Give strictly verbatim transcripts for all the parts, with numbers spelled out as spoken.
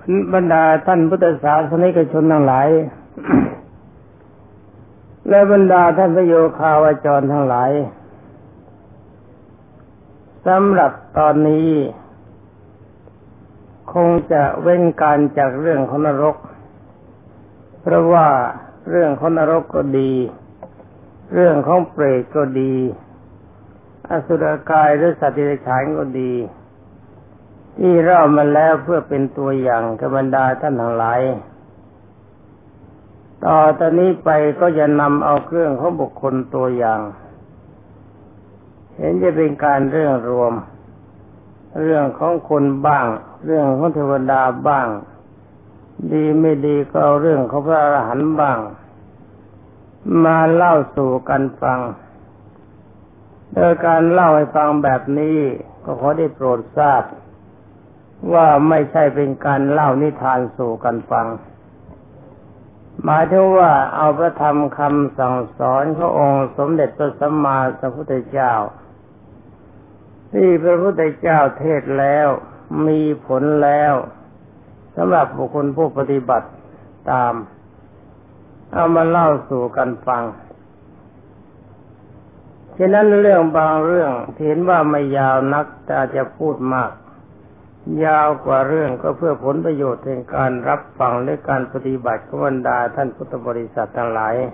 บรรดาท่านพุทธศาสนิกชนทั้งหลายและบรรดาท่านพระโยคาวาจรทั้งหลายสำหรับตอนนี้คงจะเว้นการจากเรื่องของนรกเพราะว่าเรื่องของนรกก็ดีเรื่องของเปรตก็ดีอสุรกายหรือสัตว์เดรัจฉานก็ดีที่เล่ามาแล้วเพื่อเป็นตัวอย่างกับบรรดาท่านทั้งหลายต่อตอนนี้ไปก็จะนำเอาเรื่องของบุคคลตัวอย่างเห็นจะเป็นการเรื่องรวมเรื่องของคนบ้างเรื่องของเทวดาบ้างดีไม่ดีก็เอาเรื่องของพระอรหันต์บ้างมาเล่าสู่กันฟังโดยการเล่าให้ฟังแบบนี้ก็ขอได้โปรดทราบว่าไม่ใช่เป็นการเล่านิทานสู่กันฟังหมายถึงว่าเอาพระธรรมคำสั่งสอนขององค์สมเด็จพระสัมมาสัมพุทธเจ้าที่พระพุทธเจ้าเทศแล้วมีผลแล้วสำหรับบุคคลผู้ปฏิบัติตามเอามาเล่าสู่กันฟังฉะนั้นเรื่องบางเรื่องเห็นว่าไม่ยาวนักแต่จะพูดมากยาวกว่าเรื่องก็เพื่อผลประโยชน์ในการรับฟังและการปฏิบัติของบรรดาท่านพุทธบริษัททั้งหลาย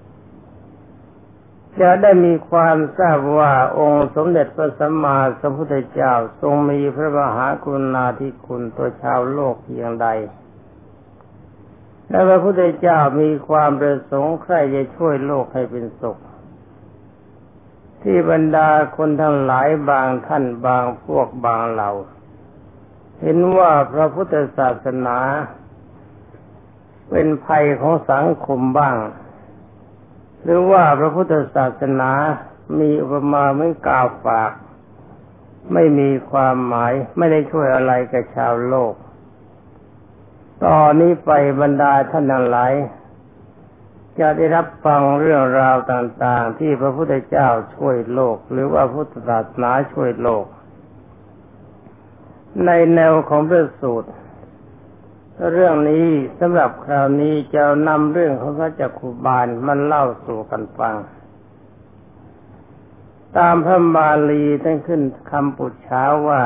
จะได้มีความทราบว่าองค์สมเด็จพระสัมมาสัมพุทธเจ้าทรงมีพระมหากรุณาธิคุณต่อชาวโลกเพียงใดและพระพุทธเจ้ามีความประสงค์ใคร่จะช่วยโลกให้เป็นสุขที่บรรดาคนทั้งหลายบางท่านบางพวกบางเหล่าเห็นว่าพระพุทธศาสนาเป็นภัยของสังคมบ้างหรือว่าพระพุทธศาสนามีอุปมาเหมือนกาฝากไม่มีความหมายไม่ได้ช่วยอะไรกับชาวโลกตอนนี้ไปบรรดาท่านทั้งหลายจะได้รับฟังเรื่องราวต่างๆที่พระพุทธเจ้าช่วยโลกหรือว่าพุทธศาสนาช่วยโลกในแนวของพระสูตรเรื่องนี้สำหรับคราวนี้จะนำเรื่องของพระจักขุบาลมันเล่าสู่กันฟังตามพระบาลีท่านขึ้นคำปุจฉาว่า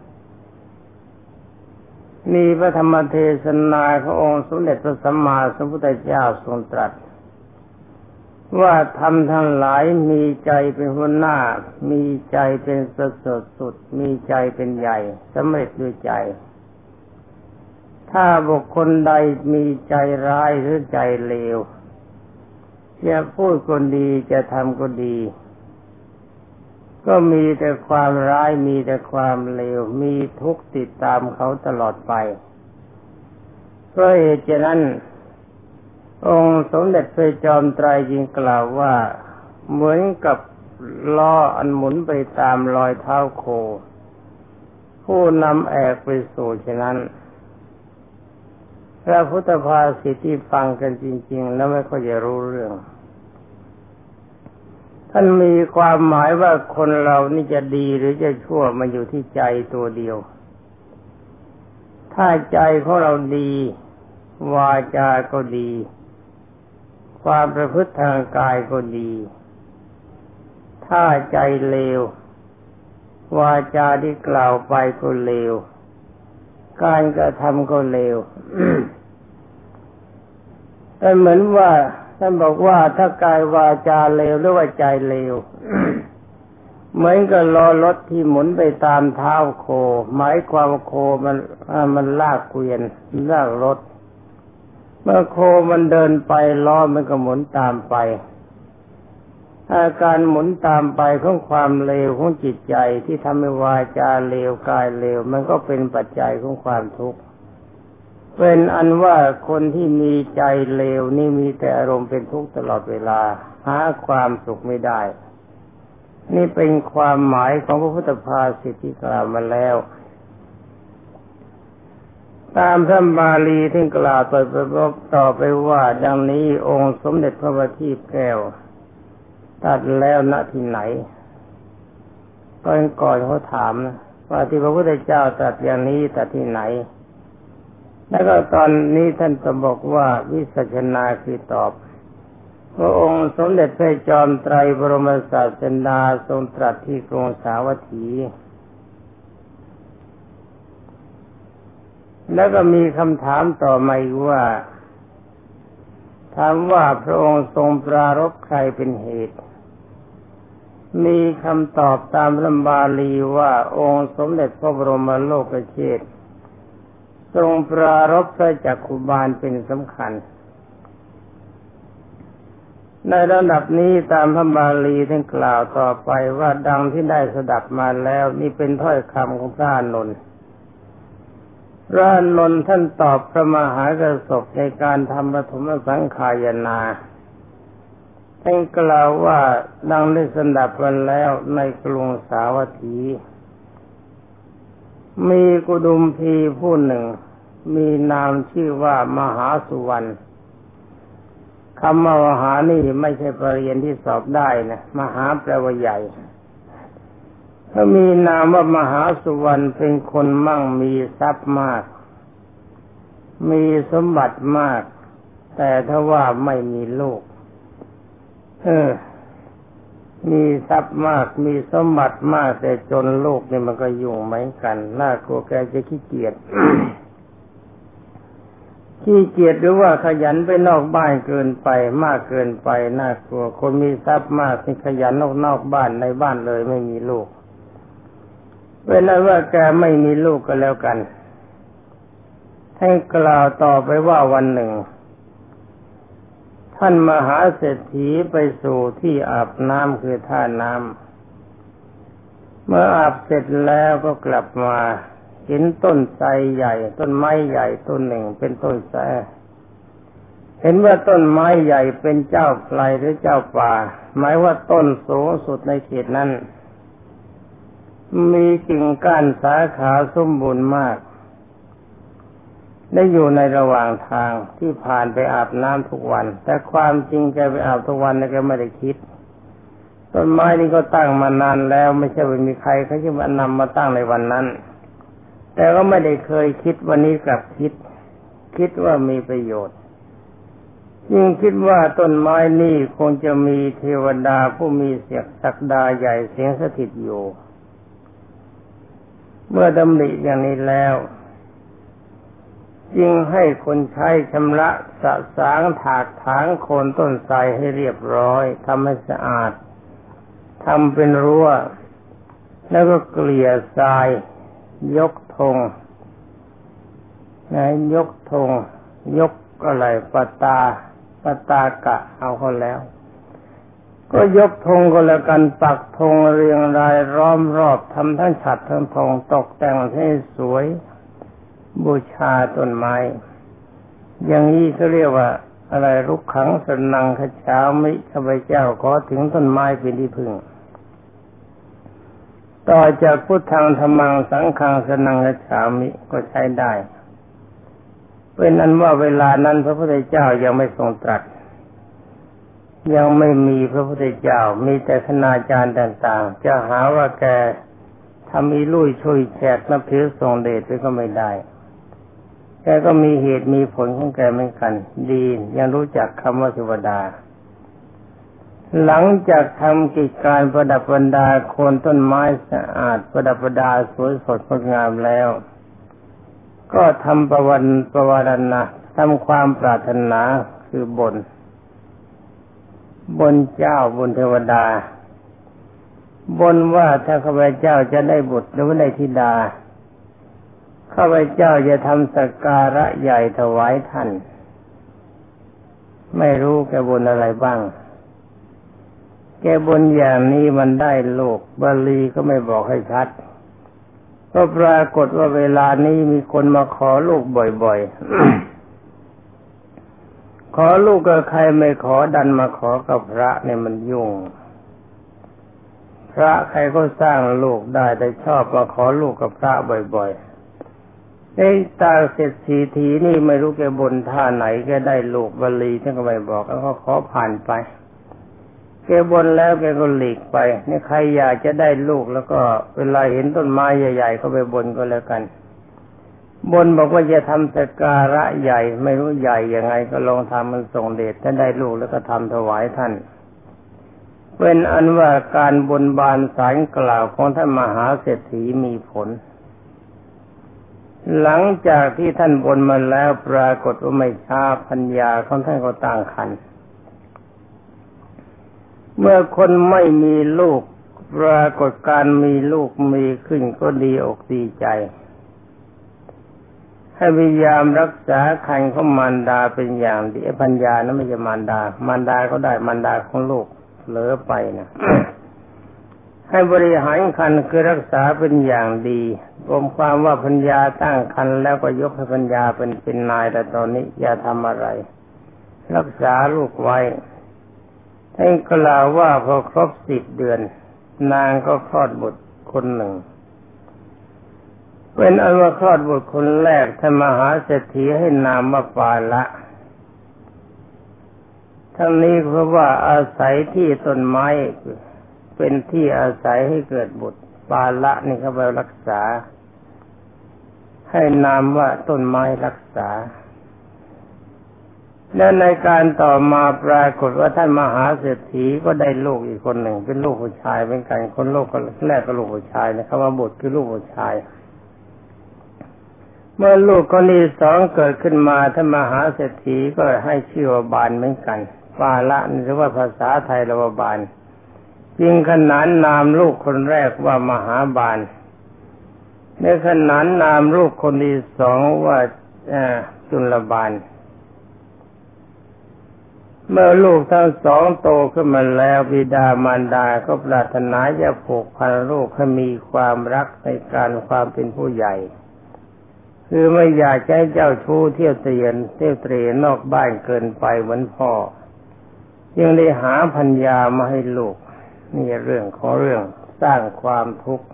มีพระธรรมเทศนาขององค์สมเด็จพระสัมมาสัมพุทธเจ้าทรงตรัสว่าธรรมทั้งหลายมีใจเป็นหัวหน้ามีใจเป็นประเสริฐสุดมีใจเป็นใหญ่สำเร็จด้วยใจถ้าบุคคลใดมีใจร้ายหรือใจเลวจะพูดก็ดีจะทำก็ดีก็มีแต่ความร้ายมีแต่ความเลวมีทุกข์ติดตามเขาตลอดไปเพราะเหตุฉะนั้นองค์สมเด็จพระจอมไตรจึงกล่าวว่าเหมือนกับล้ออันหมุนไปตามรอยเท้าโคผู้นำแอกไปสู่ฉะนั้นพระพุทธภาษิตที่ฟังกันจริงๆแล้วไม่ค่อยจะรู้เรื่องท่านมีความหมายว่าคนเรานี่จะดีหรือจะชั่วมันอยู่ที่ใจตัวเดียวถ้าใจของเราดีวาจาก็ดีความประพฤติทางกายก็ดีถ้าใจเลววาจาที่กล่าวไปก็เลวการกระทำก็เลว แต่เหมือนว่าท่านบอกว่าถ้ากายวาจาเลวหรือว่าใจเลว เหมือนกับล้อรถที่หมุนไปตามเท้าโคหมายความโคมันมันลากเกวียนลากรถเมื่อโคมันเดินไปล้อมันก็หมุนตามไปอาการหมุนตามไปของความเลวของจิตใจที่ทำให้วาจาเลวกายเลวมันก็เป็นปัจจัยของความทุกข์เป็นอันว่าคนที่มีใจเลวนี่มีแต่อารมณ์เป็นทุกข์ตลอดเวลาหาความสุขไม่ได้นี่เป็นความหมายของพระพุทธภาษิตที่กล่าวมาแล้วตามพระบาลีที่กล่าวต่อไปต่อไปว่าดังนี้องค์สมเด็จพระบัณฑิตแก้วตัดแล้วณที่ไหนก่อนก่อนเขาถามนะว่าที่พระพุทธเจ้าตรัสอย่างนี้ตัดที่ไหนแล้วก็ตอนนี้ท่านจะบอกว่าวิสัชนาคือตอบพระองค์สมเด็จพระจอมไตรบรมศาสดาทรงตรัสที่กรุงสาวัตถีแล้วก็มีคำถามต่อมาอีกว่าถามว่าพระองค์ทรงปรารภใครเป็นเหตุมีคำตอบตามพระบาลีว่าองค์สมเด็จพระบรมโลกเชษฐ์ทรงปรารภพระจักขุบาลเป็นสำคัญในระดับนี้ตามพระบาลีท่านกล่าวต่อไปว่าดังที่ได้สดับมาแล้วนี่เป็นถ้อยคำของพระอานนท์พระอานนท์ท่านตอบพระมหากระสบในการทำปฐมสังขายนาท่านกล่าวว่าดังได้สดับมาแล้วในกรุงสาวัตถีมีกุดุมพีผู้หนึ่งมีนามชื่อว่ามหาสุวรรณคำว่ามหานี่ไม่ใช่ปรริญญาที่สอบได้นะมหาแปลว่าใหญ่ถ้ามีนามว่ามหาสุวรรณเป็นคนมั่งมีทรัพย์มากมีสมบัติมากแต่ถ้าว่าไม่มีลูกเออมีทรัพย์มากมีสมบัติมากแต่จนลูกนี่มันก็ยุ่งเหมือนกันน่ากลัวแกจะขี้เกียจ ขี้เกียจหรือว่าขยันไปนอกบ้านเกินไปมากเกินไปน่ากลัวคนมีทรัพย์มากที่ขยันนอกนอกบ้านในบ้านเลยไม่มีลูกเวลาว่าแกไม่มีลูกก็แล้วกันท่านกล่าวต่อไปว่าวันหนึ่งท่านมหาเศรษฐีไปสู่ที่อาบน้ำคือท่าน้ำเมื่ออาบเสร็จแล้วก็กลับมาเห็นต้นไทรใหญ่ต้นไม้ใหญ่ต้นหนึ่งเป็นต้นไทรเห็นว่าต้นไม้ใหญ่เป็นเจ้าไพรหรือเจ้าป่าหมายว่าต้นสูงสุดในเขตนั้นมีกิ่งก้านสาขาสมบูรณ์มากได้อยู่ในระหว่างทางที่ผ่านไปอาบน้ำทุกวันแต่ความจริงแกไปอาบทุกวันแกไม่ได้คิดต้นไม้นี่ก็ตั้งมานานแล้วไม่ใช่ว่ามีใครเขาจะมานำมาตั้งในวันนั้นแต่ก็ไม่ได้เคยคิดวันนี้กลับคิดคิดว่ามีประโยชน์ยิ่งคิดว่าต้นไม้นี่คงจะมีเทวดาผู้มีเสียงศักดาใหญ่เสียงสถิตอยู่เมื่อดำริอย่างนี้แล้วจึงให้คนใช้ชำระสะสางถากถางโคนต้นไทรให้เรียบร้อยทำให้สะอาดทำเป็นรั้วแล้วก็เกลี่ยทรายยกธงนะยกธงยกอะไรปตาปตากะเอาเขาแล้วก็ยกธงก็แล้วกันปักธงเรียงรายล้อมรอบทำทั้งฉัตรทั้งธงตกแต่งให้สวยบูชาต้นไม้อย่างนี้เขาเรียกว่าอะไรรุกขังสนังขจามิข้าพเจ้าขอถึงต้นไม้เป็นที่พึ่งต่อจากพุทธังธัมมังสังฆังสนังขจามิก็ใช้ได้เป็นอันว่าเวลานั้นพระพุทธเจ้ายังไม่ทรงตรัสยังไม่มีพระพุทธเจ้ามีแต่คณาจารย์ต่างๆจะหาว่าแกทำอีลุ่ยช่วยแขกนับถือทรงเดชไปก็ไม่ได้แกก็มีเหตุมีผลของแกเหมือนกันดียังรู้จักคำว่าเทวดาหลังจากทำกิจการประดับประดาโคนต้นไม้สะอาดประดับประดาสวยสดงดงามแล้วก็ทำประวันประวารณะทำความปรารถนาคือบนบนเจ้าบนเทวดาบนว่าถ้าข้าพเจ้าจะได้บุตรหรือว่าได้ธิดาข้าพเจ้าจะทำสักการะใหญ่ถวายท่านไม่รู้แกบนอะไรบ้างแกบนอย่างนี้มันได้ลูกบาลีก็ไม่บอกให้ชัดก็ปรากฏว่าเวลานี้มีคนมาขอลูกบ่อยๆ ขอลูกกับใครไม่ขอดันมาขอกับพระเนี่ยมันยุ่งพระใครก็สร้างลูกได้แต่ชอบมาขอลูกกับพระบ่อยๆไอ้ตาเศรษฐีทีนี่ไม่รู้แกบนท่าไหนแกได้ลูกบาลีท่านก็ไม่บอกแล้วก็ขอผ่านไปแกบนแล้วแกก็หลีกไปนี่ใครอยากจะได้ลูกแล้วก็เวลาเห็นต้นไม้ใหญ่ๆก็ไปบนก็แล้วกันบนบอกว่าจะทำสักการะใหญ่ไม่รู้ใหญ่ยังไงก็ลองทำมันส่งเดชท่านได้ลูกแล้วก็ทำถวายท่านเป็นอันว่าการบนบานสารกล่าวของท่านมหาเศรษฐีมีผลหลังจากที่ท่านบนมาแล้วปรากฏว่าไม่ช้าภรรยาของท่านก็ตั้งครรภ์เมื่อคนไม่มีลูกปรากฏการมีลูกมีขึ้นก็ดีอกดีใจให้พยายามรักษาครรภ์ของมารดาเป็นอย่างดีปัญญานั้นไม่ใช่มารดามารดาก็ได้มารดาของลูกเหลือไปนะ ให้บริหารครรภ์คือรักษาเป็นอย่างดีรวมความว่าปัญญาตั้งครรภ์แล้วก็ยกให้ปัญญาเป็นเป็นนายแต่ตอนนี้อย่าทำอะไรรักษาลูกไว้ท่านกล่าวว่าพอครบสิบเดือนนางก็คลอดบุตรคนหนึ่งเป็นอันว่าคลอดบุตรคนแรกท่านมหาเศรษฐีให้นามว่าปาละทั้งนี้เพราะว่าอาศัยที่ต้นไม้เป็นที่อาศัยให้เกิดบุตรปาละนี่เขาไปรักษาให้นามว่าต้นไม้รักษาและในการต่อมาปรากฏว่าท่านมหาเศรษฐีก็ได้ลูกอีกคนหนึ่งเป็นลูกผู้ชายเป็นกันคนลูกคนแรกก็ลูกผู้ชายนะครับว่าบุตรคือลูกผู้ชายเมื่อลูกคนที่สองเกิดขึ้นมาท่านมหาเศรษฐีก็ให้ชื่อว่าบานเหมือนกันปาละหรือว่าภาษาไทยเรียกว่าบานจึงขนานนามลูกคนแรกว่ามหาบานในขนานนามลูกคนที่สองว่าจุลบานเมื่อลูกทั้งสองโตขึ้นมาแล้วบิดามารดาก็ปรารถนาจะผูกพันลูกให้มีความรักในการความเป็นผู้ใหญ่คือไม่อยากให้เจ้าชู้เที่ยวเตรียนเที่ยวเตร่นอกบ้านเกินไปเหมือนพ่อจึงได้หาภรรยามาให้ลูกนี่เรื่องของเรื่องสร้างความทุกข์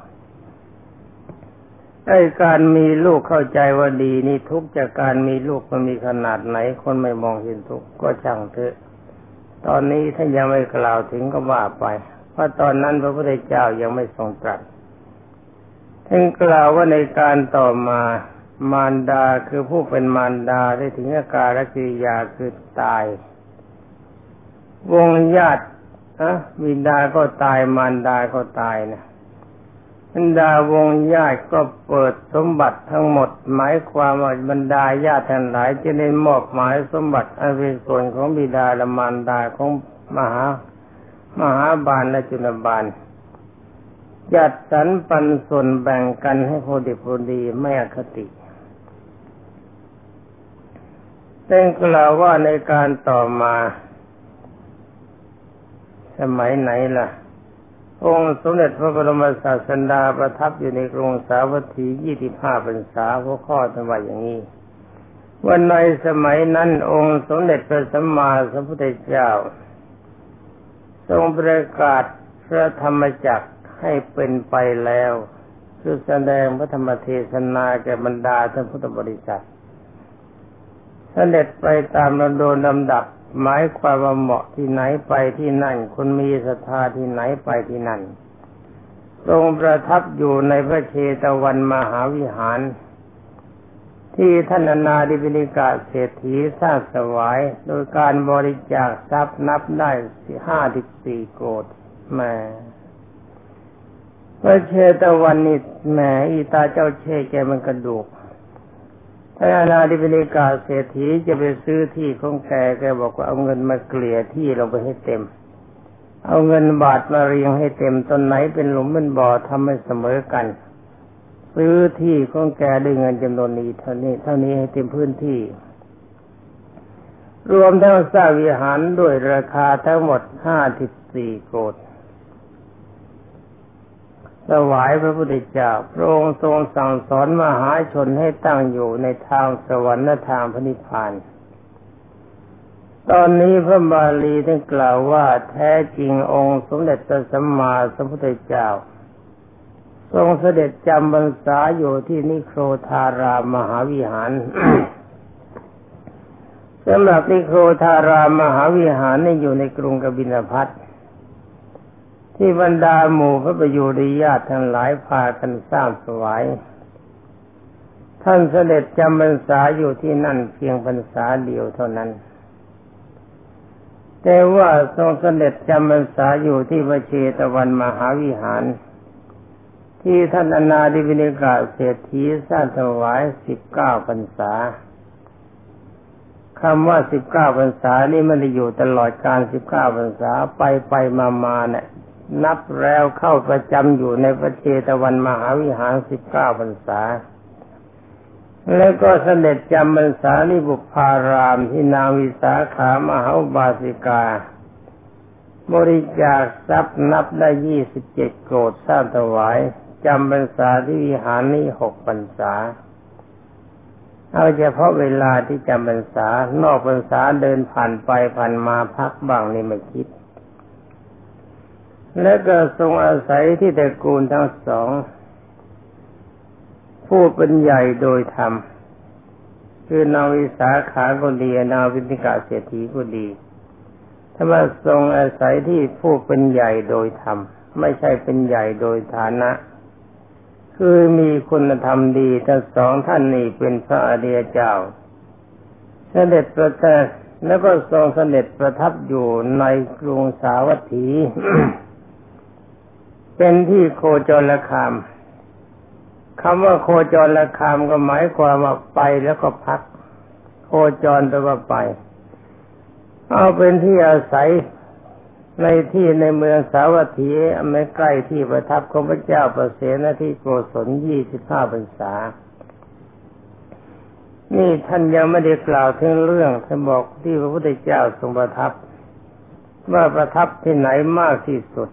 ไอ้การมีลูกเข้าใจว่าดีนี่ทุกข์จากการมีลูกมันมีขนาดไหนคนไม่มองเห็นทุกข์ก็ช่างเถอะตอนนี้ถ้ายังไม่กล่าวถึงก็ว่าไปเพราะตอนนั้นพระพุทธเจ้ายังไม่ทรงตรัสท่านกล่าวว่าในการต่อมามารดาคือผู้เป็นมารดาได้ถึงอาการและกิริยาคือตายวงญาติอะบิดาก็ตายมารดาก็ตายนะบรรดาวงญาติก็เปิดสมบัติทั้งหมดหมายความว่าบรรดาญาติทั้งหลายจะได้มอบหมายสมบัติอันเป็นส่วนของบิดาและมารดาของมหามหาบาลและจุลบาลจัดสรรปันส่วนแบ่งกันให้พอดีพอดีไม่อคติแต่กล่าวว่าในการต่อมาสมัยไหนล่ะองค์สมเด็จพระบรมศาสดาประทับอยู่ในกรุงสาวัตถียี่สิบห้าพรรษาหัวข้อท่านว่าอย่างนี้ว่าในสมัยนั้นองค์สมเด็จพระสัมมาสัมพุทธเจ้าทรงประกาศพระธรรมจักรให้เป็นไปแล้วคือแสดงพระธรรมเทศนาแก่บรรดาท่านพุทธบริษัทเสด็จไปตามลำดับลำดับหมายความว่าเหมาะที่ไหนไปที่นั่นคนมีศรัทธาที่ไหนไปที่นั่นทรงประทับอยู่ในพระเชตวันมหาวิหารที่ท่านอนาถบิณฑิกะเศรษฐีสร้างถวายโดยการบริจาคทรัพย์นับได้ห้าสิบสี่โกฏแม่พระเชตวันนี่แม่อีตาเจ้าเช่แกมันกระดูกท่านอนาถบิณฑิกะเศรษฐีจะไปซื้อที่ของแกแกบอกว่าเอาเงินมาเกลี่ยที่ลงไปให้เต็มเอาเงินบาทมาเรียงให้เต็มต้นไหนเป็นหลุมเป็นบ่อทำให้เสมอกันซื้อที่ของแกด้วยเงินจำนวนนี้เท่านี้เท่านี้ให้เต็มพื้นที่รวมทั้งสร้างวิหารด้วยราคาทั้งหมดห้าสิบสี่โกฏถวายพระพุทธเจ้าพระองค์ทรงสั่งสอนมหาชนให้ตั้งอยู่ในทางสวรรค์และทางพระนิพพานตอนนี้พระบาลีได้กล่าวว่าแท้จริงองค์สมเด็จพระสัมมาสัมพุทธเจ้าทรงเสด็จจำพรรษาอยู่ที่นิโครธารามมหาวิหาร สำหรับนิโครธารามมหาวิหารนี่อยู่ในกรุงกบิลพัสดุที่บรรดาหมู่พระประยุรญาติทั้งหลายพากันสร้างถวายท่านเสด็จจำพรรษาอยู่ที่นั่นเพียงพรรษาเดียวเท่านั้นแต่ว่าทรงเสด็จจำพรรษาอยู่ที่พระเชตวันมหาวิหารที่ท่านอนาถบิณฑิกะเศรษฐีสร้างถวายสิบเก้าพรรษาคำว่าสิบเก้าพรรษานี่ไม่ได้อยู่ตลอดการสิบเก้าพรรษาไปไปมามาเนี่ยนับแล้วเข้าประจำอยู่ในพระเชตวันมหาวิหารสิบเก้าพรรษาแล้วก็เสด็จจำพรรษาที่บุพารามที่นางวิสาขามหาอุบาสิกาบริจาคทรัพย์นับได้ยี่สิบเจ็ดโกฏสร้างถวายจำพรรษาที่วิหารนี้หกพรรษาเอาเฉพาะเวลาที่จำพรรษานอกพรรษาเดินผ่านไปผ่านมาพักบ้างนี่ไม่คิดและก็ทรงอาศัยที่ตระกูลทั้งสองผู้เป็นใหญ่โดยธรรมคือนางวิสาขาก็ดีนางวิณฑิกะเศรษฐีก็ดีถ้าว่าทรงอาศัยที่ผู้เป็นใหญ่โดยธรรมไม่ใช่เป็นใหญ่โดยฐานะคือมีคุณธรรมดีทั้งสองท่านนี้เป็นพระอริยเจ้าเสด็จประทับแล้วก็ทรงเสด็จประทับอยู่ในกรุงสาวัตถี เป็นที่โคจรคามคำว่าโคจรคามก็หมายความว่าไปแล้วก็พักโคจรแปลว่าไปเอาเป็นที่อาศัยในที่ในเมืองสาวัตถีไม่ใกล้ที่ประทับของพระเจ้าประเสนที่โกศลยี่สิบห้าพรรษานี่ท่านยังไม่ได้กล่าวถึงเรื่องท่านบอกที่พระพุทธเจ้าทรงประทับว่าประทับที่ไหนมากที่สุด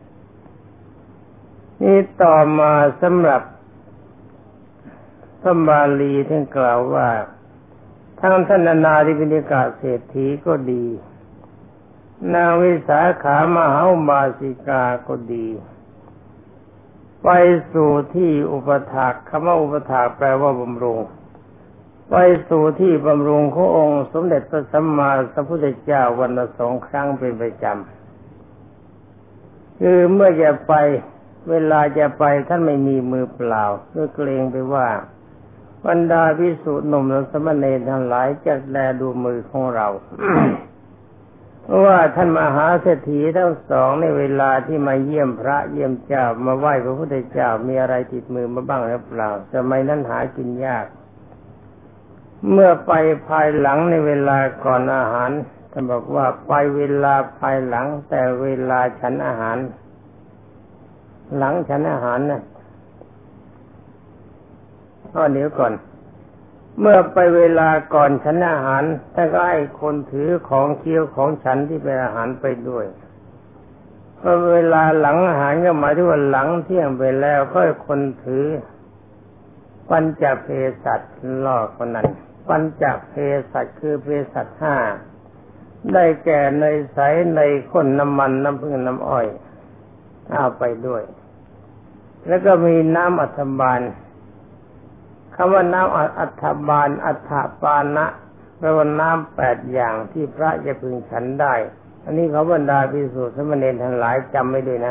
นี่ต่อมาสำหรับพระบาลีท่านกล่าวว่าทั้งท่านอนาถบิณฑิกะเศรษฐีก็ดีนางวิสาขามหาอุบาสิกาก็ดีไปสู่ที่อุปถากคำว่าอุปถากแปลว่าบำรุงไปสู่ที่บำรุงขององค์สมเด็จพระสัมมาสัมพุทธเจ้าวันละสองครั้งเป็นประจำคือเมื่อจะไปเวลาจะไปท่านไม่มีมือเปล่าด้วยเกรงไปว่าบรรดาภิกษุหนุ่มและสมณเณรทั้งหลายจะแลดูมือของเรา เพราะว่าท่านมหาเศรษฐีทั้งสองในเวลาที่มาเยี่ยมพระเยี่ยมเจ้ามาไหว้พระพุทธเจ้ามีอะไรติดมือมาบ้างหรือเปล่าสมัยนั้นหากินยากเมื่อไปภายหลังในเวลาก่อนอาหารท่านบอกว่าไปเวลาภายหลังแต่เวลาฉันอาหารหลังฉันอาหารนะอ้อเดี๋ยวก่อนเมื่อไปเวลาก่อนฉันอาหารท่านก็ให้คนถือของเคี้ยวของฉันที่เป็นอาหารไปด้วยพอเวลาหลังอาหารก็หมายถึงว่าหลังเที่ยงไปแล้วก็ให้คนถือปัญจเพสัชล่อคนนั้นปัญจเพสัชคือเพสัชห้าได้แก่เนยใสเนยข้นน้ำมันน้ำผึ้งน้ำอ้อยเอาไปด้วยแล้วก็มีน้ำอัฐบาลคำว่าน้ำอัฐบาลอัฐปานะแปลว่าน้ำแปดอย่างที่พระจะพึงฉันได้อันนี้เขาบรรดาภิกษุสมณเณรทั้งหลายจำไว้ด้วยนะ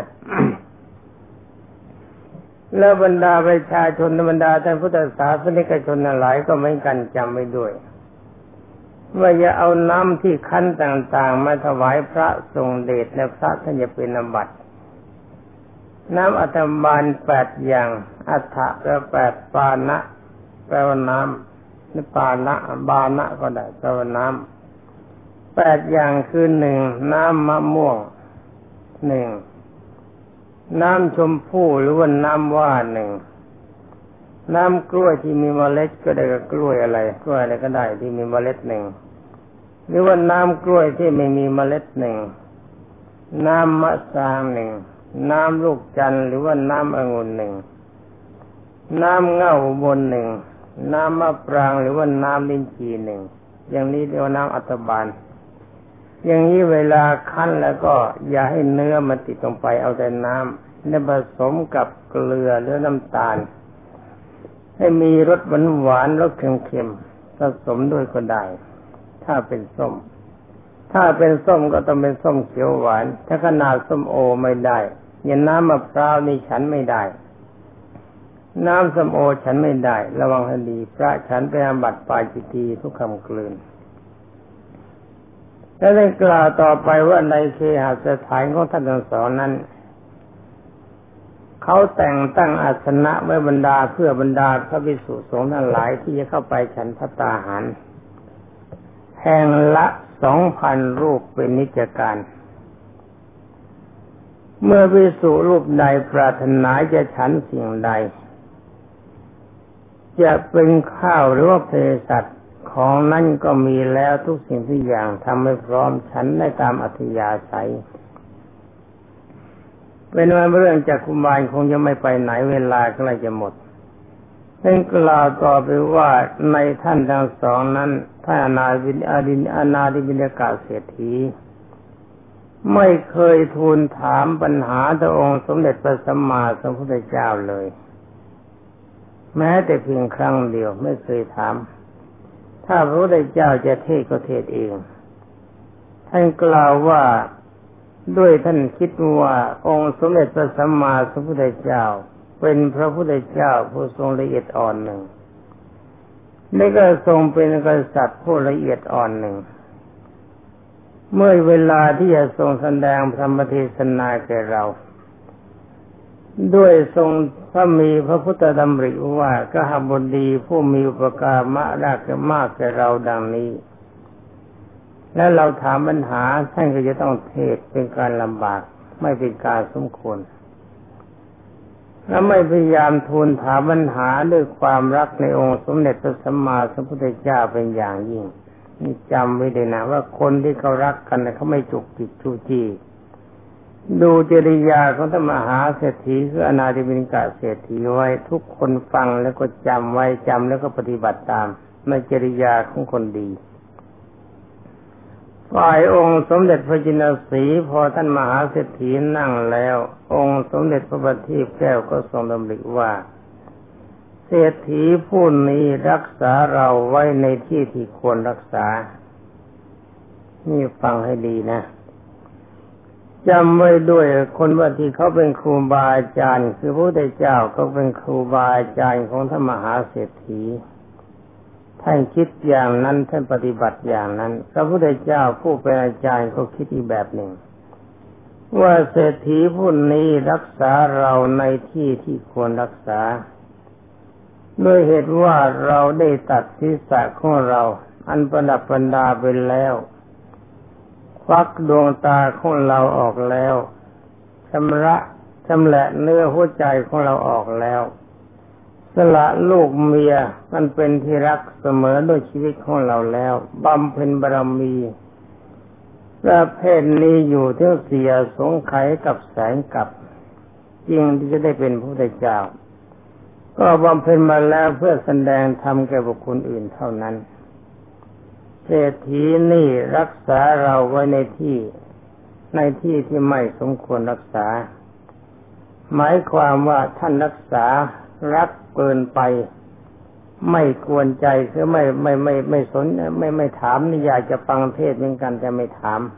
แล้วบรรดาประชาชนบรรดาท่านพุทธศาสนิกชนทั้งหลายก็เหมือนกันจำไว้ด้วยว่าอย่าเอาน้ำที่คั้นต่างๆมาถวายพระทรงเดชและพระท่านจะเป็นอาบัติน้ำอัฐบาลแปดอย่างอัฐะแปลแปดปานะแปลว่าน้ำนี่ปานะบานะก็ได้แปลว่าน้ำแปดอย่างคือหนึ่งน้ำมะม่วงหนึ่งน้ำชมพู่หรือว่าน้ำว่าหนึ่งน้ำกล้วยที่มีเมล็ดก็ได้กับกล้วยอะไรกล้วยอะไรก็ได้ที่มีเมล็ดหนึ่งหรือว่าน้ำกล้วยที่ไม่มีเมล็ดหนึ่งน้ำมะสางหนึ่งน้ำลูกจันทร์หรือว่าน้ำองุ่นหนึ่งน้ำเง่าบนหนึ่งน้ำมะปรางหรือว่าน้ำลิ้นจี่หนึ่งอย่างนี้เรียกว่าน้ำอัฐบาลอย่างนี้เวลาคั้นแล้วก็อย่าให้เนื้อมันติดลงไปเอาแต่น้ำแล้วผสมกับเกลือหรือน้ำตาลให้มีรสหวานๆรสเค็มๆผสมด้วยก็ได้ถ้าเป็นส้มถ้าเป็นส้มก็ต้องเป็นส้มเขียวหวานถ้าขนาดส้มโอไม่ได้อย่างน้ำมะพร้าวนี่ฉันไม่ได้น้ำส้มโอฉันไม่ได้ระวังให้ดีพระฉันไปอาบัติปาจิตตีทุกคำกลืนแล้วได้กล่าวต่อไปว่าในเคหสถานของท่านทั้งสองนั้นเขาแต่งตั้งอาสนะไว้บรรดาเพื่อบรรดาพระภิกษุสงฆ์ทั้งหลายที่จะเข้าไปฉันภัตตาหารแห่งละสองพันรูปเป็นนิจการเมื่อภิกษุรูปใดปรารถนาจะฉันสิ่งใดจะเป็นข้าวหรือว่าเภสัชของนั่นก็มีแล้วทุกสิ่งทุกอย่างทำให้พร้อมฉันได้ตามอัธยาศัยเป็นว่าเรื่องจากกุมารคงจะไม่ไปไหนเวลาใกล้จะหมดเพิ่งกล่าวต่อไปว่าในท่านทั้งสองนั้นท่านอนาวินอดินอนาดิบิณกะเศรษฐีไม่เคยทูลถามปัญหาต่อองค์สมเด็จพระสัมมาสัมพุทธเจ้าเลยแม้แต่เพียงครั้งเดียวไม่เคยถามถ้าพระพุทธเจ้าจะเทศก็เทศเองท่านกล่าวว่าด้วยท่านคิดว่าองค์สมเด็จพระสัมมาสัมพุทธเจ้าเป็นพระพุทธเจ้าผู้ทรงละเอียดอ่อนหนึ่งและก็ทรงเป็นกษัตริย์ผู้ละเอียดอ่อนหนึ่งเมื่อเวลาที่จะทรงแสดงธรรมเทศนาแก่เราด้วยทรงพระมีพระพุทธดำริว่ากหบดีผู้มีอุปการะรักมากแก่เราดังนี้และเราถามปัญหาท่านก็จะต้องเทศเป็นการลำบากไม่เป็นการสมควรและไม่พยายามทูลถามปัญหาด้วยความรักในองค์สมเด็จพระสัมมาสัมพุทธเจ้าเป็นอย่างยิ่งนี่จำไว้เลยนะว่าคนที่เขารักกันเขาไม่จุกจิกจู้จี้ดูจริยาของธรรมหาเศรษฐีคืออนาถบิณกะเศรษฐีไว้ทุกคนฟังแล้วก็จำไว้จำแล้วก็ปฏิบัติตามในจริยาของคนดีฝ่ายองค์สมเด็จพระจินสีพอท่านมหาเศรษฐีนั่งแล้วองค์สมเด็จพระบัณฑิตแก้วก็ทรงดำริว่าเศรษฐีผู้นี้รักษาเราไว้ในที่ที่ควรรักษานี่ฟังให้ดีนะจำไว้ด้วยคนว่าที่เขาเป็นครูบาอาจารย์คือพระพุทธเจ้าก็เป็นครูบาอาจารย์ของท่านมหาเศรษฐีท่านคิดอย่างนั้นท่านปฏิบัติอย่างนั้นพระพุทธเจ้าผู้เป็นอาจารย์ก็คิดอีกแบบหนึ่งว่าเศรษฐีผู้นี้รักษาเราในที่ที่ควรรักษาด้วยเหตุว่าเราได้ตัดศีรษะของเราอันประดับประดาไปแล้วควักดวงตาของเราออกแล้วชำระชำแหละเนื้อหัวใจของเราออกแล้วสละลูกเมียมันเป็นที่รักเสมอด้วยชีวิตของเราแล้วบำเพ็ญบารมีประเภทนี้อยู่เท่าเสียสงไขกับแสงกับจริงที่จะได้เป็นพระพุทธเจ้าก็บำเพ็ญมาแล้วเพื่อแสดงธรรมแก่บุคคลอื่นเท่านั้นเศรษฐีนี่รักษาเราไว้ในที่ในที่ที่ไม่สมควรรักษาหมายความว่าท่านรักษารักเกินไปไม่กวนใจคือไม่ไม่ไม่ไม่สนไม่ไม่ถามนี่อยากจะฟังเทศเหมือนกันแต่ไม่ถาม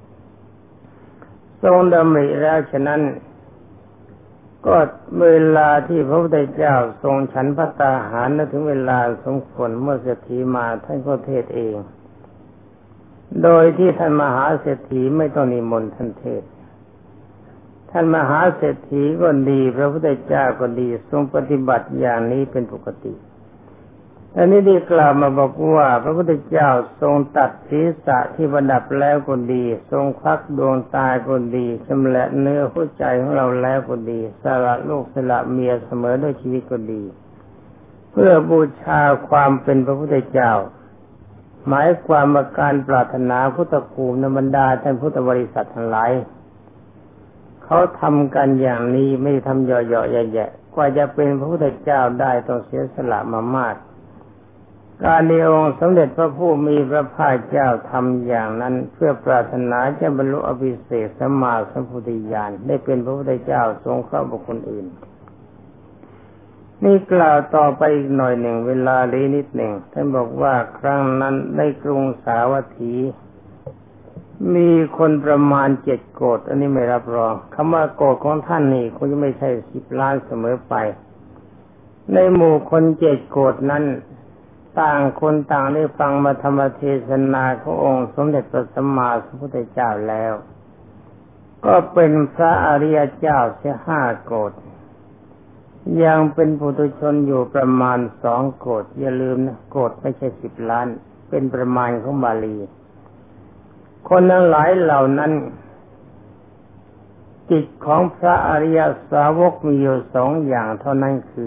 ทรงดำริแล้วฉะนั้นก็เวลาที่พระพุทธเจ้าทรงฉันภัตตาหารและถึงเวลาสมควรเมื่อเศรษฐีมาท่านก็เทศเองโดยที่ท่านมหาเศรษฐีไม่ต้องนิมนต์ท่านเทศท่านมหาเศรษฐีก็ดีพระพุทธเจ้าก็ดีทรงปฏิบัติอย่างนี้เป็นปกติอันนี้ได้กล่าวมาบอกว่าพระพุทธเจ้าทรงตัดศีรษะที่ประดับแล้วก็ดีทรงควักดวงตาก็ดีชำระเนื้อหัวใจของเราแล้วก็ดีสละลูกสละเมียเสมอด้วยชีวิตก็ดีเพื่อบูชาความเป็นพระพุทธเจ้าหมายความว่าการปรารถนาพุทธภูมิในบรรดาท่านพุทธบริษัททั้งหลายเขาทำกันอย่างนี้ไม่ทำย่อๆแย่ๆกว่าจะเป็นพระพุทธเจ้าได้ต้องเสียสละมามากการในองค์สมเด็จพระผู้มีพระภาคเจ้าทำอย่างนั้นเพื่อปรารถนาจะบรรลุอภิเศษสัมมาสัมพุทธญาณได้เป็นพระพุทธเจ้าทรงเคราะห์บุคคลอื่นนี่กล่าวต่อไปอีกหน่อยหนึ่งเวลาลีนิดหนึ่งท่านบอกว่าครั้งนั้นในกรุงสาวัตถีมีคนประมาณเจ็ดโกฏอันนี้ไม่รับรองคำว่าโกฏของท่านนี่คงจะไม่ใช่สิบล้านเสมอไปในหมู่คนเจ็ดโกรธนั้นต่างคนต่างได้ฟังมาธรรมเทศนาขององค์สมเด็จพระสัมมาสัมพุทธเจ้าแล้วก็เป็นพระอริยเจ้าเสียห้าโกรธยังเป็นปุถุชนอยู่ประมาณสองโกรธอย่าลืมนะโกรธไม่ใช่สิบล้านเป็นประมาณของบาลีคนทั้งหลายเหล่านั้นจิตของพระอริยสาวกมีอยู่สองอย่างเท่านั้นคือ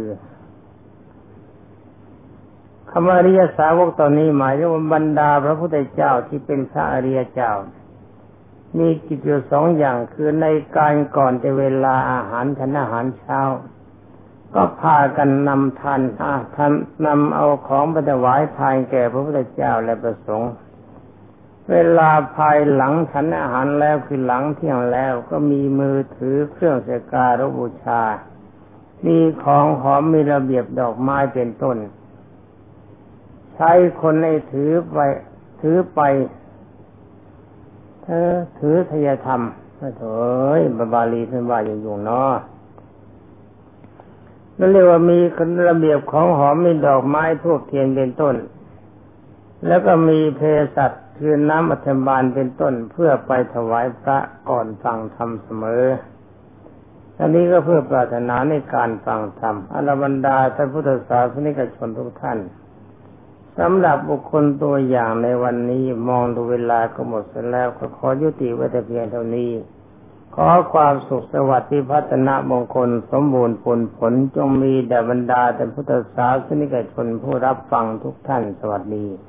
คำว่าอริยสาวกตอนนี้หมายถึงว่าบรรดาพระพุทธเจ้าที่เป็นพระอริยเจ้ามีกิจอยู่สองอย่างคือในการก่อนจะเวลาอาหารฉันอาหารเช้าก็พากันนำทานอาทานนำเอาของไปถวายทานแก่พระพุทธเจ้าและประสงค์เวลาภายหลังฉันอาหารแล้วคือหลังเที่ยงแล้วก็มีมือถือเครื่องสักการะบูชามีของหอมมีระเบียบดอกไม้เป็นต้นใช้คนให้ถือไปถือไปเธอถือทยธรรมโถ่เอ้ยบาลีเป็นว่าอยู่ๆเนาะนั่นเรียกว่ามีระเบียบของหอมมีดอกไม้ธูปเทียนเป็นต้นแล้วก็มีเภสัชคือน้ำอัฐบาลเป็นต้นเพื่อไปถวายพระก่อนฟังธรรมเสมออันนี้ก็เพื่อปรารถนาในการฟังธรรมอรบรรดาท่านพุทธศาสนิกชนทุกท่านสำหรับบุคคลตัวอย่างในวันนี้มองดูเวลาก็หมดเสียแล้วก็ขอยุติไว้แต่เพียงเท่านี้ขอความสุขสวัสดิ์พัฒนามงคลสมบูรณ์ผลผลจงมีแด่บรรดาท่านพุทธศาสนิกชนผู้รับฟังทุกท่านสวัสดี